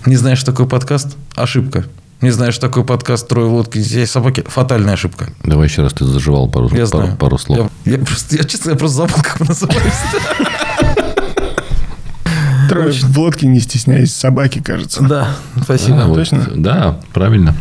Не знаешь, что такое подкаст? Ошибка. Не знаешь, что такое подкаст «Трое в лодке, здесь собаки»? Фатальная ошибка. Давай еще раз, ты заживал пару слов. Честно, я просто забыл, как мы называемся. «Трое в лодке, не стесняясь собаки», кажется. Да, спасибо. Точно? Да, правильно.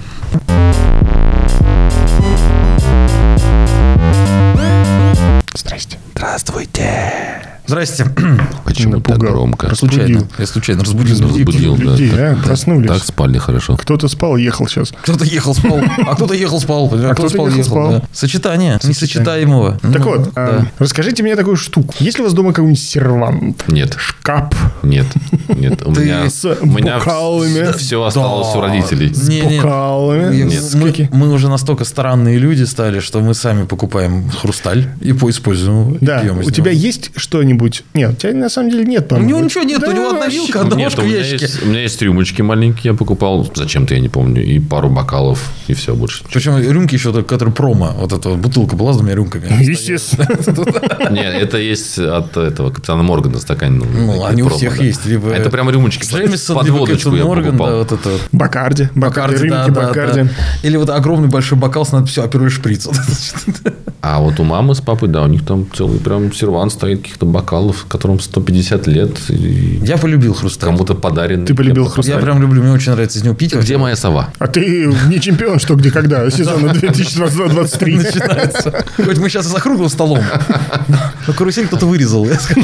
Здрасте. Здравствуйте. Здрасте. Почему так громко? Случайно. Я случайно разбудил Людей, проснулись. Так спали хорошо. Кто-то спал, ехал сейчас. Кто-то ехал, спал. А кто-то ехал, спал. А кто спал, ехал. Да. Сочетание несочетаемого. Так вот, расскажите мне такую штуку. Есть ли у вас дома какой-нибудь сервант? Нет. Шкаф? Нет. У меня бокалами? все осталось у родителей. С бокалами? Мы уже настолько странные люди стали, что мы сами покупаем хрусталь и используем его. Да. У тебя есть что-нибудь? Нет, у тебя на самом деле нет, У по-моему. него ничего нет, у него одна вилка, одна ложка в ящике. У меня есть рюмочки маленькие, я покупал. Зачем-то, я не помню. И пару бокалов, и все больше. Причем рюмки еще, которые промо. Вот эта бутылка была с двумя рюмками. Естественно. Нет, это есть от этого Капитана Моргана стакан. Ну, они у всех есть. Это прям рюмочки. Под водочку я покупал. Бакарди. Рюмки Бакарди. Или вот огромный большой бокал с надписью «Апероль шприц». А вот у мамы с папой, да, у них там целый прям сервант стоит каких-то бокалов, которым 150 лет. Я полюбил хрусталь. Кому-то подарен. Ты полюбил хрусталь? Я прям люблю, мне очень нравится из него пить. Где моя сова? А ты не чемпион, что где когда? Сезона 2022-2023. Начинается. Хоть мы сейчас и за круглым столом. Но карусель кто-то вырезал, я скажу.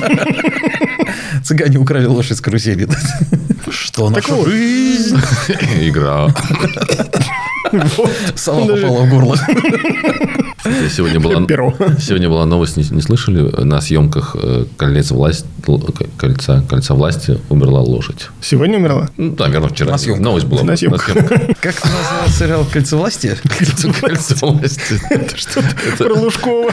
Цыгане украли лошадь с карусели. Что наша жизнь? Игра. Сова попала в горло. Сегодня была новость, не слышали? На съемках «Кольца власти» умерла лошадь. Сегодня умерла? Ну, да, верно, вчера. На съемках. Новость была. На съемках. Как ты назвал сериал «Кольцо власти»? «Кольцо власти». Это что-то про Лужкова.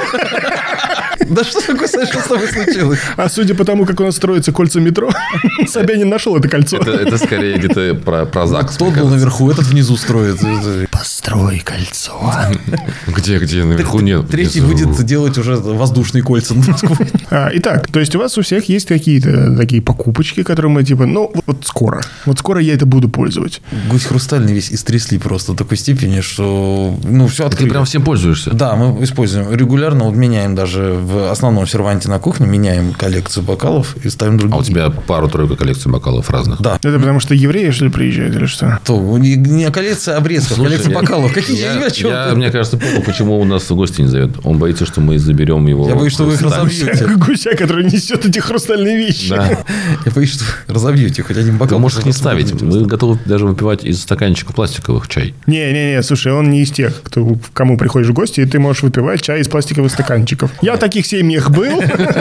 Да что такое, Саша, что с тобой случилось? А судя по тому, как у нас строится кольца метро, Собянин нашел это кольцо. Это скорее где-то про ЗАГС. Тот был наверху, этот внизу строит. Построй кольцо. Где наверху нет? Третий будет делать уже воздушные кольца на Москву. Итак, то есть у вас у всех есть какие-то такие покупочки, которые мы типа, вот скоро я это буду пользовать. Гусь хрустальный весь истрясли просто до такой степени, что все открыли. Ты прям всем пользуешься? Да, мы используем регулярно, вот меняем даже в основном серванте на кухне, меняем коллекцию бокалов и ставим другие. А у тебя пару-тройку коллекций бокалов разных? Да. Это потому что евреи, что ли, приезжают или что? Не коллекция обрезков, коллекция бокалов. Какие я, мне кажется, понял, почему у нас в гости не зовет. Он боится, что мы заберем его. Я боюсь, что вы их разобьете. Гуся, который несет эти хрустальные вещи. Да. Я боюсь, что вы разобьете хоть один бокал. Вы можете их не ставить. Мы готовы даже выпивать из стаканчиков пластиковых чай. Не, слушай, он не из тех, кому приходишь в гости, и ты можешь выпивать чай из пластиковых стаканчиков. Я в таких семьях был.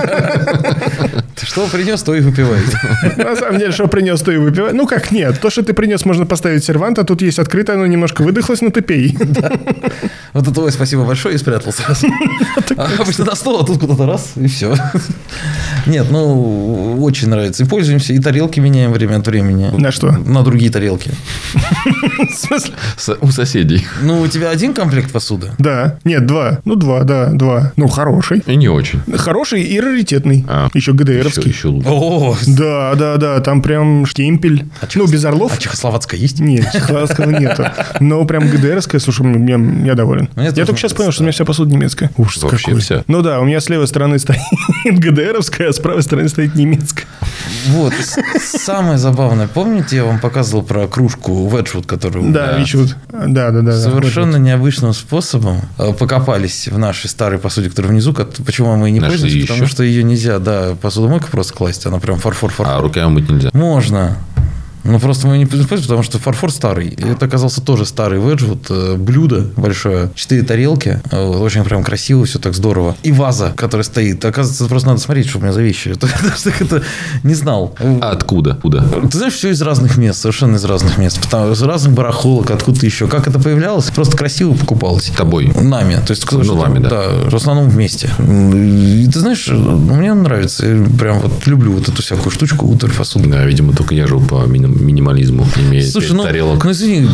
Ты что принес, то и выпивает. На самом деле, что принес, то и выпивай. Ну, как нет. То, что ты принес, можно поставить в сервант, а тут есть открытое, оно немножко выдохлось, но ты пей. Вот это спасибо большое, и спрятал сразу. Обычно на стол, а тут куда-то раз, и все. Нет, очень нравится. И пользуемся, и тарелки меняем время от времени. На что? На другие тарелки. В смысле? У соседей. У тебя один комплект посуды? Да. Нет, два. Два. Хороший. И не очень. Хороший и раритетный. Еще ГДРовский. Еще лучше. О, Да. Там прям штемпель. Без орлов. А чехословацкая есть? Нет, чехословацкого нету. Но прям ГДРовская, слушай, я доволен. Я только сейчас понял, что у меня вся посуда немецкая. Ужас какой. Вся. Ну да, у меня с левой стороны стоит ГДРовская, а с правой стороны стоит немецкая. Вот. Самое забавное. Помните, я вам показывал про кружку Wedgwood, которую... Да, Wedgwood. Да. Совершенно необычным способом покопались в нашей старой посуде, которая внизу. Почему мы и не пользуемся? Потому что ее нельзя, посудомойку просто класть. Она прям фарфор. А руками мыть нельзя? Можно. Просто мы не используем, потому что фарфор старый. И это оказался тоже старый Wedgwood. Блюдо большое. 4 тарелки. Очень прям красиво, все так здорово. И ваза, которая стоит. Оказывается, просто надо смотреть, что у меня за вещи. Это не знал. А откуда? Ты знаешь, все из разных мест. Совершенно из разных мест. Из разных барахолок, откуда-то еще. Как это появлялось? Просто красиво покупалось. Тобой? Нами. То есть, вами, да. Да, в основном вместе. И ты знаешь, мне нравится. Я прям люблю вот эту всякую штучку, утварь, посуду. Да, видимо, только я живу по минимуму минимализму, имея Слушай, 5 тарелок. ну извини,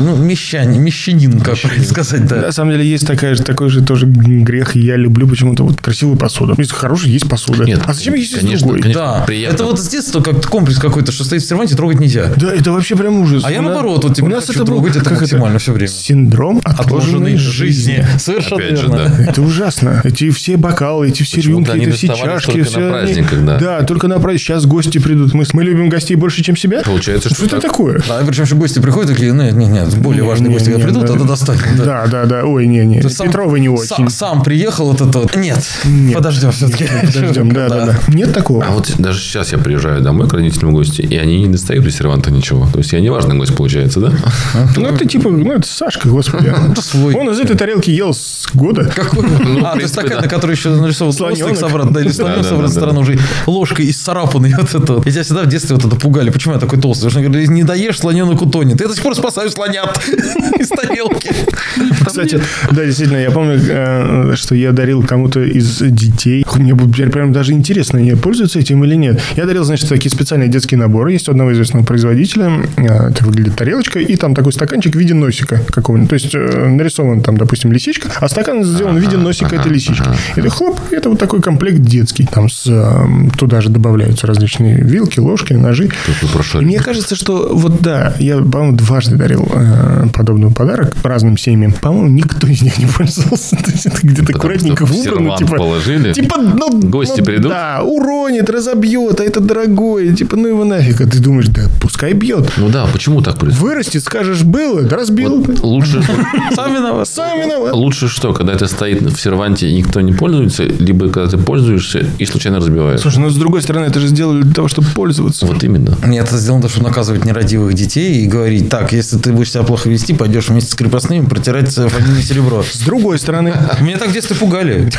мещанин, как правильно сказать, да. На самом деле есть такой же тоже грех. Я люблю почему-то вот красивую посуду. Если хорошая, есть посуда. Нет, а зачем есть конечно, другой? конечно. Да, приятно. это вот с детства как комплекс какой-то, что стоит в серванте, трогать нельзя. Да, это вообще прям ужас. А я наоборот, вот у тебя нас хочу это был, трогать это как максимально все время. Синдром отложенной жизни. Совершенно Опять же, верно. да. Это ужасно. Эти все бокалы, эти все Почему-то рюмки, они эти все доставались чашки. только все на они- праздниках, да. Да, только на праздник. Сейчас гости придут. Мы любим гостей больше, чем себя. Получается, Что что это так. такое? Да, причем еще гости приходят такие, нет, более важные гости, когда придут, это достанет. Да. Ой, не. Ты сам- Петрова не очень. Сам приехал вот это вот. Нет, подождем все-таки. Подождем, да. Нет такого. А вот даже сейчас я приезжаю домой к родителям в гости, и они не достают из серванта ничего. То есть я не важный гость, получается, да? Ну, это типа, это Сашка, господи. свой. Он из этой тарелки ел с года. Какой? Ну, в То есть принципе, такая, да. на которой еще нарисован Слоненок. хвостик собран, да, или слоненок Да, собран да, со стороны уже ложкой исцарапанный вот это вот. И тебя всегда в детстве вот это пугали. Почему я такой толстый? Потому что говорили, не доешь, слоненок утонет. Я до сих пор спасаю слонят из тарелки. Кстати, да, действительно, я помню, что я дарил кому-то из детей. Мне прям даже интересно, они пользуются этим или нет. Я дарил, значит, такие специальные детские наборы. Есть у одного известного производителя. Это выглядит тарелочка, и там такой стаканчик в виде носика какого-нибудь. То есть нарисован там, допустим, лисичка, а стакан сделан в виде носика этой лисички. Это хлоп, это вот такой комплект детский. Там туда же добавляются различные вилки, ложки, ножи. И мне кажется, что вот да, я, по-моему, дважды дарил подобный подарок разным семьям. По-моему, никто из них не пользовался. То есть это где-то Потому аккуратненько что в выбрано. сервант положили. Гости придут? Да, уронит, разобьет, а это дорогое. Типа, ну его нафиг. А ты думаешь, да пускай бьет. Ну да, почему так происходит? Вырастет, скажешь, было, да разбил. Вот лучше, Сам виноват. Сам виноват. лучше что, когда это стоит в серванте и никто не пользуется, либо когда ты пользуешься и случайно разбиваешь. Слушай, ну с другой стороны, это же сделали для того, чтобы пользоваться. Вот именно. Нет, это сделано, чтобы наказывать нерадивых детей и говорить, так, если ты будешь себя плохо вести, пойдешь вместе с крепостными протирать фамильное серебро. С другой стороны, Меня так в детстве пугали.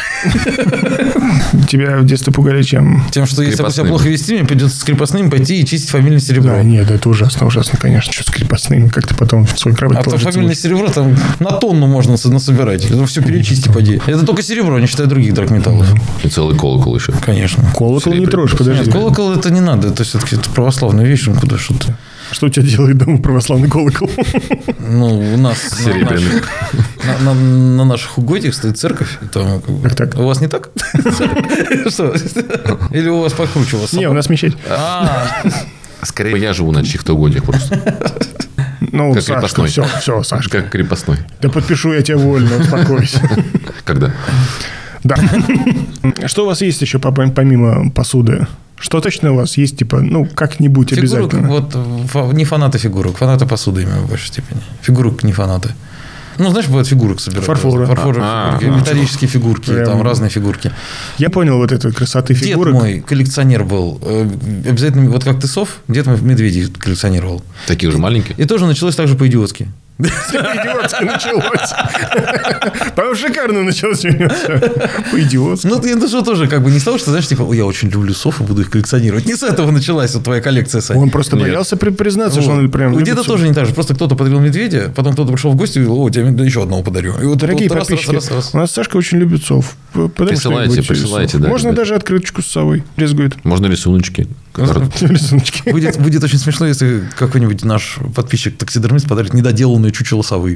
тебя в детстве пугали чем? Тем, что если я буду себя Крепостными. плохо вести, мне придется с крепостными пойти и чистить фамильное серебро. Да, нет, это ужасно, конечно. Что с крепостными, как ты потом в свой кровать А то положиться фамильное будешь? серебро там на тонну можно насобирать. Это все перечисти, поди. Это только серебро, не считая других драгметаллов. И целый колокол еще. Конечно. Колокол не Серебряный. трожь, подожди. Нет, колокол это не надо. Это все-таки православная вещь. Ну, куда что-то. Что у тебя делает дома православный колокол? Ну, у нас Серебряный. на наших угодьях стоит церковь. Там, как бы. Так. У вас не так? Что? Или у вас покруче? У вас Не, у нас мечеть. Скорее, я живу на чьих-то угодьях просто. Ну, Как Сашка, крепостной. все, Сашка. Как крепостной. Да подпишу я тебя вольно, успокойся. Когда? Да. Что у вас есть еще помимо посуды? Что точно у вас есть, типа, ну, как-нибудь Фигурок, обязательно? вот, не фанаты фигурок, фанаты посуды именно в большей степени. Фигурок не фанаты. Ну, знаешь, бывает фигурок собирают. Фарфора. Фигурки, металлические фигурки, Прям. там разные фигурки. Я понял вот эту красоты Дед фигурок. мой коллекционер был. Обязательно, вот как ты сов, дед мой медведей коллекционировал. Таких же маленьких? И тоже началось так же по-идиотски. По-идиотски началось. По-моему, шикарно началось у него все. По-идиотски. Ну, я даже тоже как бы не с того, что, знаешь, типа, ой, я очень люблю сов и буду их коллекционировать. Не с этого началась вот твоя коллекция, Саня. Он просто боялся признаться, что он прям У любит деда всё. тоже не так же. Просто кто-то подарил медведя, потом кто-то пришел в гости и говорил, о, тебе еще одного подарю. И вот Дорогие вот раз, подписчики, раз. у нас Сашка очень любит сов. Присылайте, присылайте, да, Можно ребят. даже открыточку с совой. Брезгует. Можно рисуночки. Рисуночки. Будет очень смешно, если какой-нибудь наш подписчик-таксидермист подарит недоделанную чучело совы.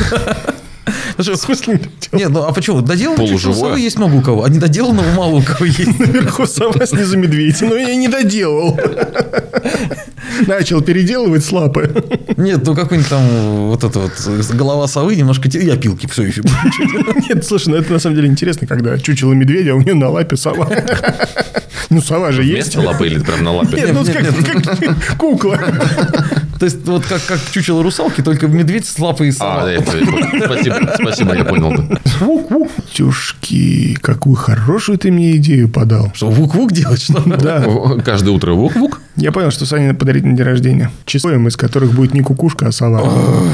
В смысле? Нет, ну а почему? Доделанную чучело Полуживое? совы есть много у кого, а недоделанного мало у кого есть. Наверху сова, снизу медведь. Но я не доделал. Начал переделывать с лапы. Нет, ну какой-нибудь там вот это вот голова совы, немножко и опилки все еще. Нет, слушай, ну это на самом деле интересно, когда чучело медведя, а у нее на лапе сова. Ну, сова же есть. Вместо лапы или прям на лапе? Нет, ну как кукла. То есть вот как чучело русалки, только медведь с лапой и сова. А, спасибо, я понял. Да. Тюшки, какую хорошую ты мне идею подал. Что, вук-вук делать, что ли? Да. Каждое утро вук-вук. Я понял, что Саня подарить на день рождения. Число, из которых будет не кукушка, а сова.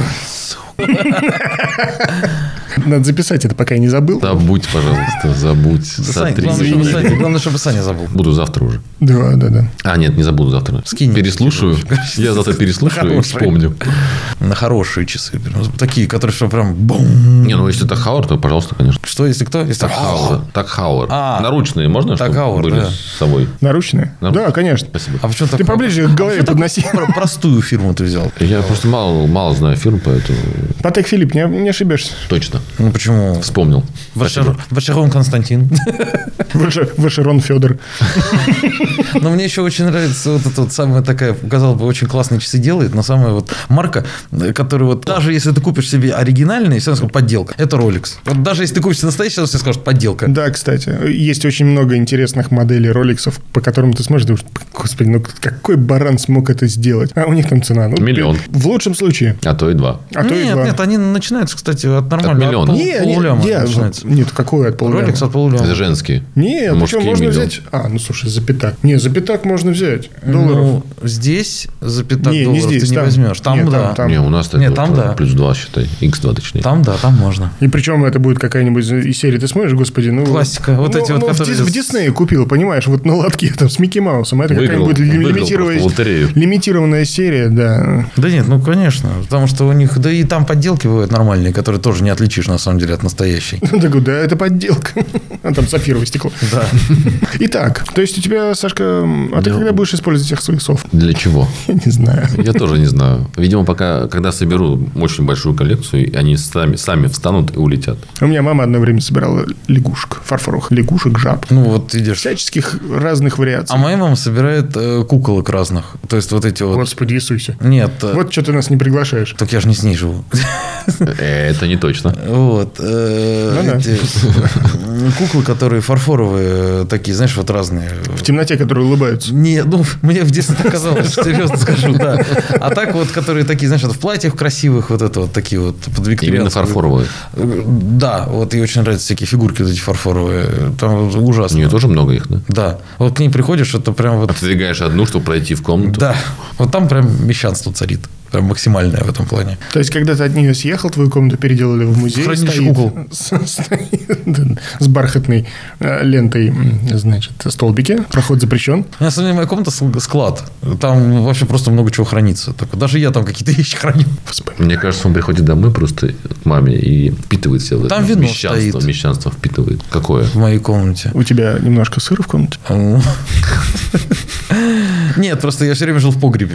Надо записать это, пока я не забыл. Забудь, пожалуйста, забудь. Сань, Сотри. главное, чтобы Саня забыл. Буду завтра уже. Да. А, нет, не забуду завтра. Скинь мне Переслушаю. Я завтра переслушаю и Хороший. вспомню. на хорошие часы. Такие, которые что прям бум. Не, ну если так Хауэр, то, пожалуйста, конечно. Что, если кто? Если Так Хауэр. А. Наручные можно, Так чтобы Хауэр, были да. с собой? Наручные? Да, конечно. Спасибо. А почему Ты поближе к голове подноси. Простую фирму ты взял. Я просто мало знаю фирм, поэтому Патек Филипп, не ошибешься. точно Ну, почему? вспомнил. Вачарон Константин. Вашерон Федор. Но мне еще очень нравится вот эта вот самая такая, казалось бы, очень классные часы делает, но самая вот марка, которая вот даже если ты купишь себе оригинальный, все равно подделка. Это Rolex. Вот даже если ты купишь настоящий, все скажут подделка. Да, кстати. Есть очень много интересных моделей роликсов, по которым ты смотришь, думаешь, господи, ну какой баран смог это сделать? А у них там цена. Ну, Миллион. В лучшем случае. А то и 2. А то и Нет, два. нет, они начинаются, кстати, от нормального. миллиона. Полуляма начинается. Нет, какой от полуляма? Rolex от полуляма. Это женские. Нет, Мужские причем можно миллион. взять... Ну, слушай, за пятак. Не, за пятак можно взять. Долларов. Ну, здесь за 5 Не долларов здесь, ты не там. возьмешь. Там, Нет, да. там. Не, у нас Нет, там да. плюс 2, считай. X2, точнее. Там, да, там можно. И причем это будет какая-нибудь из серии, ты смотришь, господи, ну... Классика. Вот эти вот, которые... В Диснее купил, понимаешь, вот на лотке там с Микки Маусом. Это Выиграл какая-нибудь просто лотерею. лимитированная серия, да. Да нет, ну, конечно. Потому что у них... Да и там подделки бывают нормальные, которые тоже не отличишь, на самом деле, от настоящей. Ну, такой, да, это подделка. А там сапфировое стекло. Да. Итак, то есть у тебя, Сашка... А ты когда будешь использовать этих своих сов? Для чего? Я не знаю. Я тоже не знаю. Видимо, когда соберу очень большую коллекцию, они сами встанут и улетят. У меня мама одно время собирала лягушек, фарфоровых лягушек, жаб. Ну, вот видишь. Всяческих разных вариаций. А моя мама собирает куколок разных. То есть, вот эти вот... Господи Иисусе. Нет. Вот что ты нас не приглашаешь. Так я же не с ней живу. Это не точно. Вот. да. Эти куклы, которые фарфоровые, такие, знаешь, вот разные. В темноте, которые улыбаются. Не, ну, мне в детстве так казалось, серьезно скажу, да. А так вот, которые такие, знаешь, вот в платьях красивых, вот это вот такие вот под викторианскую. Именно фарфоровые. Да, вот ей очень нравятся всякие фигурки вот эти фарфоровые. Там ужасно. У нее тоже много их, да? Да. Вот к ней приходишь, это прям вот... Отодвигаешь одну, чтобы пройти в комнату. Да. Вот там прям мещанство царит. Прям максимальное в этом плане. То есть, когда ты от нее съехал, твою комнату переделали в музей. Хранилище стоит- кукол. стоит, с бархатной лентой, значит, столбики. Проход запрещен. На самом деле, моя комната склад. Там вообще просто много чего хранится. Так, даже я там какие-то вещи храню. Мне кажется, он приходит домой просто к маме и впитывает все это. Там вино мещанство, стоит. Мещанство впитывает. Какое? В моей комнате. У тебя немножко сыра в комнате? Нет, просто я все время жил в погребе.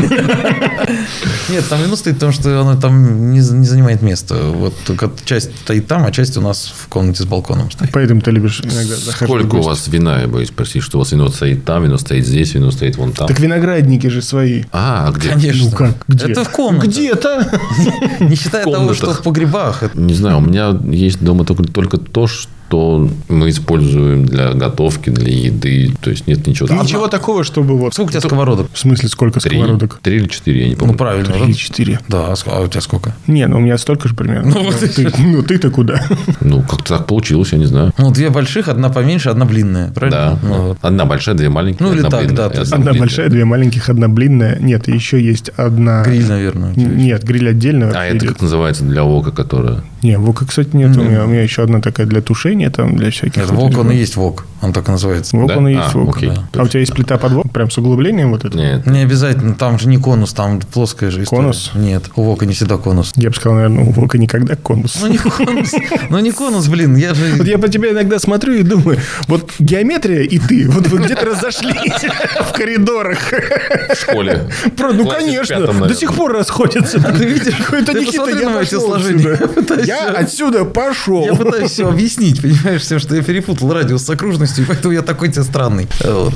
Нет, там вино стоит, потому что оно там не занимает места. Вот только часть стоит там, а часть у нас в комнате с балконом стоит. Поэтому ты любишь иногда захаживать в Сколько у гости. вас вина, я боюсь спросить, что у вас вино стоит там, вино стоит здесь, вино стоит вон там. Так виноградники же свои. А где? Конечно. Ну как? Где? Это в комнате. Где-то. Не считая того, комнатах. что в погребах. Не знаю, у меня есть дома только то, что мы используем для готовки, для еды. То есть нет ничего такого. Ничего такого, чтобы вот... Сколько у тебя сковородок? В смысле, сколько сковородок? 3 или 4, я не помню. Ну, правильно. 3 да? или 4. Да, а у тебя сколько? Не, ну у меня столько же примерно. Ну, вот Ну, ты-то куда? Ну, как-то так получилось, я не знаю. Ну, 2 больших, одна поменьше, одна длинная. Правильно? Да. Ну, вот. Одна большая, 2 маленькие. Ну, или одна так, длинная, да, и то есть Одна длинная. большая, 2 маленьких, одна блинная. Нет, еще есть одна... Гриль, наверное. у тебя. Нет, гриль отдельно А вообще это идет. как называется для вока, которая... Не, вока, кстати, нет. У меня еще одна такая для тушения, там, для всяких... Нет, вот вок, этих он и вот. есть вок. Он так и называется. Вок, Да? он и есть А, вок. окей. Да. А у тебя есть плита под вок? Прям с углублением вот это? Нет. Не обязательно, там же не конус, там плоская же история. Конус? Нет, у вока не всегда конус. Я бы сказал, наверное, у вока никогда конус. Ну, не конус. Ну, не конус, блин, я Вот же... я по тебе иногда смотрю и думаю, вот геометрия и ты, вот вы где-то разошлись в коридорах. В школе. Ну, В классе конечно, в 5, до наверное. сих пор расходятся. Ты видишь? Какой-то Ты Никита, посмотри я на мои пошел телосложения. отсюда. Я отсюда пошел. Я пытаюсь все объяснить, понимаешь, всем, что я перепутал радиус с окружностью, и поэтому я такой тебе странный. Вот.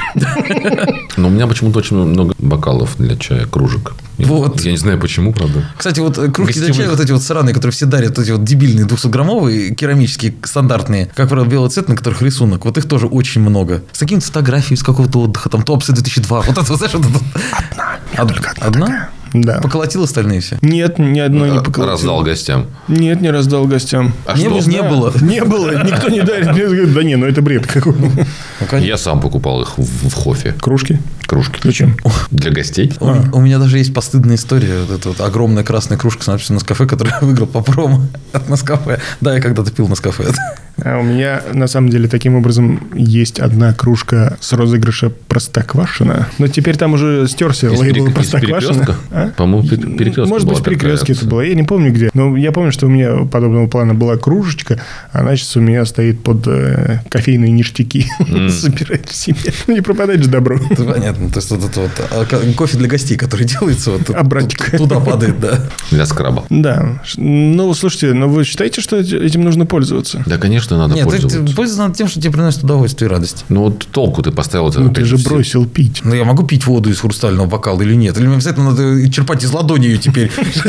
Но у меня почему-то очень много бокалов для чая, кружек. Вот. Я не знаю, почему, правда. Кстати, вот кружки для Гостевых. чая, вот эти вот сраные, которые все дарят, вот эти вот дебильные 200-граммовые, керамические, стандартные, как правило, белый цвет, на которых рисунок, вот их тоже очень много. С какими-то фотографиями из какого-то отдыха, там, Туапсе 2002, вот это, вот, знаешь, вот это. Одна? Да. Поколотил остальные все? Нет, ни одной не поколотил. Раздал гостям. Нет, не раздал гостям. А Не что? было. Не было. Не было. Никто не дарит. Мне говорят, да не, ну это бред какой. Ну, конечно. Я сам покупал их в Хофе. Кружки? Кружки. Зачем? Для гостей. У меня даже есть постыдная история. Вот эта вот огромная красная кружка с надписью «Нескафе», которую я выиграл по промо от Нескафе. Да, я когда-то пил Нескафе. А у меня, на самом деле, таким образом есть одна кружка с розыгрыша Простоквашино. Но теперь там уже стерся лейбл Простоквашино. По-моему, Перекрестка. Может быть, в Перекрестке это было. Я не помню где. Но я помню, что у меня подобного плана была кружечка, а она сейчас у меня стоит под кофейные ништяки. Собирает в себе. Не пропадать же добро. Понятно. То есть вот это вот кофе для гостей, который делается, вот Обратик. туда падает, да. Для скраба. Да. Ну, слушайте, но вы считаете, что этим нужно пользоваться? Да, конечно, надо Нет, пользоваться. пользоваться надо тем, что тебе приносит удовольствие и радость. Ну, вот толку ты поставил... Ну, ты же бросил пить. Ну, я могу пить воду из хрустального бокала или нет? Или мне обязательно надо черпать из ладони ее теперь?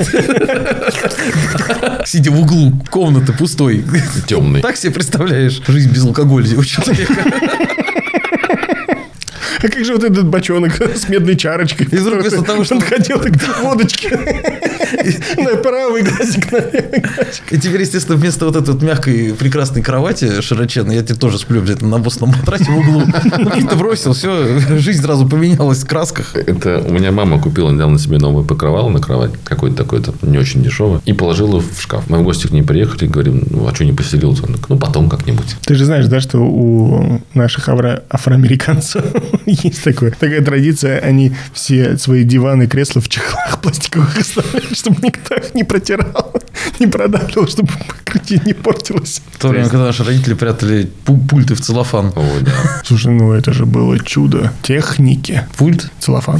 Сидя в углу комнаты пустой. Темный. Так себе представляешь жизнь без алкоголя у человека? А как же вот этот бочонок с медной чарочкой? И вдруг вместо того, что он хотел так водочки. На правый глазик, на левый глазик. И теперь, естественно, вместо вот этой вот мягкой прекрасной кровати широченной, я тебе тоже сплю обязательно на боссном матрасе в углу. Ну, пить-то бросил, все, жизнь сразу поменялась в красках. Это у меня мама купила недавно себе новое покрывало на кровать, какое-то такое-то не очень дешевое, и положила в шкаф. Мы в гости к ней приехали, говорим, ну, а что не поселился? Он говорит, ну, потом как-нибудь. Ты же знаешь, да, что у наших афроамериканцев есть такая традиция, они все свои диваны, кресла в чехлах пластиковых оставляют, чтобы никто их не протирал, не продавливал, чтобы покрытие не портилось. В то время, когда наши родители прятали пульты в целлофан. О, да. Слушай, ну это же было чудо техники. Пульт? Целлофан.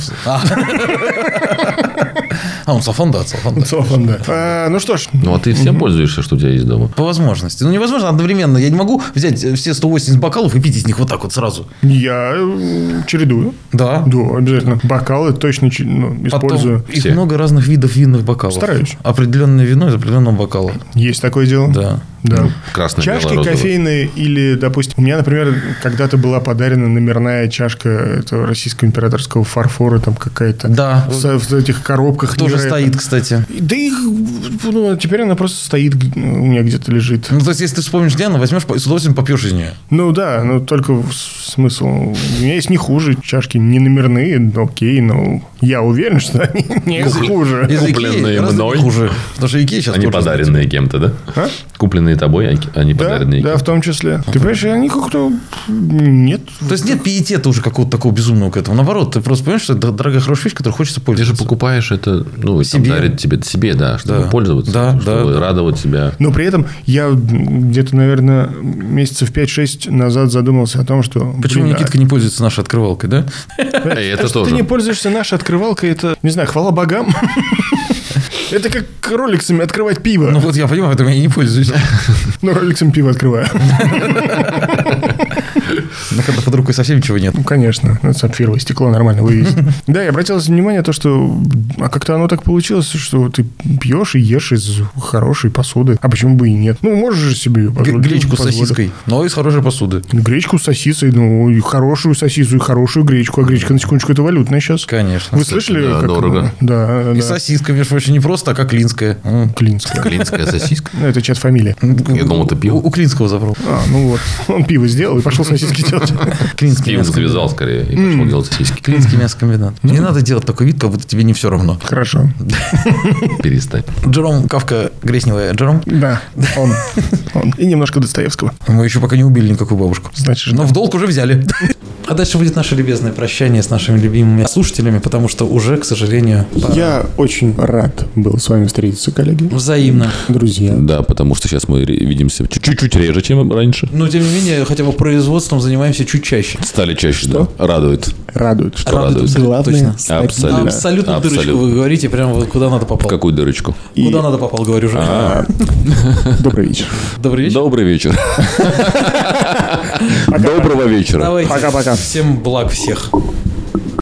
Он целлофан, да, целлофан, да. Целлофан, да. Ну что ж. Ну, а ты всем пользуешься, что у тебя есть дома? По возможности. Ну, невозможно одновременно. Я не могу взять все 180 бокалов и пить из них вот так вот сразу. Я чередую. Да. Да, обязательно. Бокалы точно использую. Потом их много разных видов винных бокалов. Стараюсь. Определенное вино из определенного бокала. Есть такое дело? Да. Да. Красное, Чашки белое, розовое. кофейные или, допустим, у меня, например, когда-то была подарена номерная чашка этого российского императорского фарфора, там какая-то. Да. В этих коробках. Тоже невероятно. стоит, кстати. Да их, ну, теперь она просто стоит, у меня где-то лежит. Ну, то есть, если ты вспомнишь, где она, возьмешь, с удовольствием попьешь из нее. Ну, да, но только смысл. У меня есть не хуже чашки, не номерные, окей, но я уверен, что они не хуже. Из Купленные Икеи гораздо мной. хуже. Потому что Икея сейчас Они тоже, подаренные кем-то, да? А? Купленные тобой, а не Да, подаренные да, кем-то. в том числе. Ты понимаешь, они как-то нет. То есть нет пиетета уже какого-то такого безумного к этому. Наоборот, ты просто понимаешь, что это дорогая, хорошая вещь, которой хочется Ты пользоваться. же покупаешь это, ну, Себе. там дарит тебе себе, да, чтобы Да. пользоваться, Да, чтобы да. радовать себя. Но при этом я где-то, наверное, месяцев 5-6 назад задумался о том, что... Почему Никитка не пользуется нашей открывалкой, да? Это То, что тоже. ты не пользуешься нашей открывалкой, это, не знаю, хвала богам. Это как роликсами открывать пиво. Ну вот я понимаю, поэтому я и не пользуюсь. Ну, роликсом пиво открываю. Но когда под рукой совсем ничего нет. Ну, конечно. Это сапфировое стекло нормально вывесить. Да, я обратил внимание на то, что... А как-то оно так получилось, что ты пьешь и ешь из хорошей посуды. А почему бы и нет? Ну, можешь же себе ее позволить. Гречку с Позволю. сосиской, но из хорошей посуды. Гречку с сосисой, ну, и хорошую сосису, и хорошую гречку. А гречка, на секундочку, это валютная сейчас. Конечно. Вы слышали? да, как дорого. она? Да, И да. сосиска, между прочим, не просто, а как клинская. Клинская. Клинская сосиска. Ну, это чья-то фамилия. Я думал, ты пиво. У Клинского забрал. А, ну вот. Он пиво сделал и пошел сосиски делать. Клинский Пиво завязал скорее и пошел делать сосиски. Клинский мясокомбинат. Не надо делать такой вид, как будто тебе не все равно. Хорошо. Перестань. Джером Кавка Гресневая. Джером? Да, он. И немножко Достоевского. Мы еще пока не убили никакую бабушку. Значит, Но в долг уже взяли. А дальше будет наше любезное прощание с нашими любимыми слушателями, потому что уже, к сожалению, пора. я очень рад был с вами встретиться, коллеги. Взаимно. Друзья. Да, потому что сейчас мы видимся чуть-чуть реже, чем раньше. Но, тем не менее, хотя бы производством занимаемся чуть чаще. Стали чаще, да. Радует. Радует. Что радует? абсолютно Главное, точно. Абсолютно. Абсолютно в дырочку Абсолютно. вы говорите, прямо вот куда надо В попал. какую дырочку? Куда надо попал, говорю же. Добрый вечер. Добрый вечер. Добрый вечер. Доброго вечера. Давайте. Пока-пока. Всем благ всех.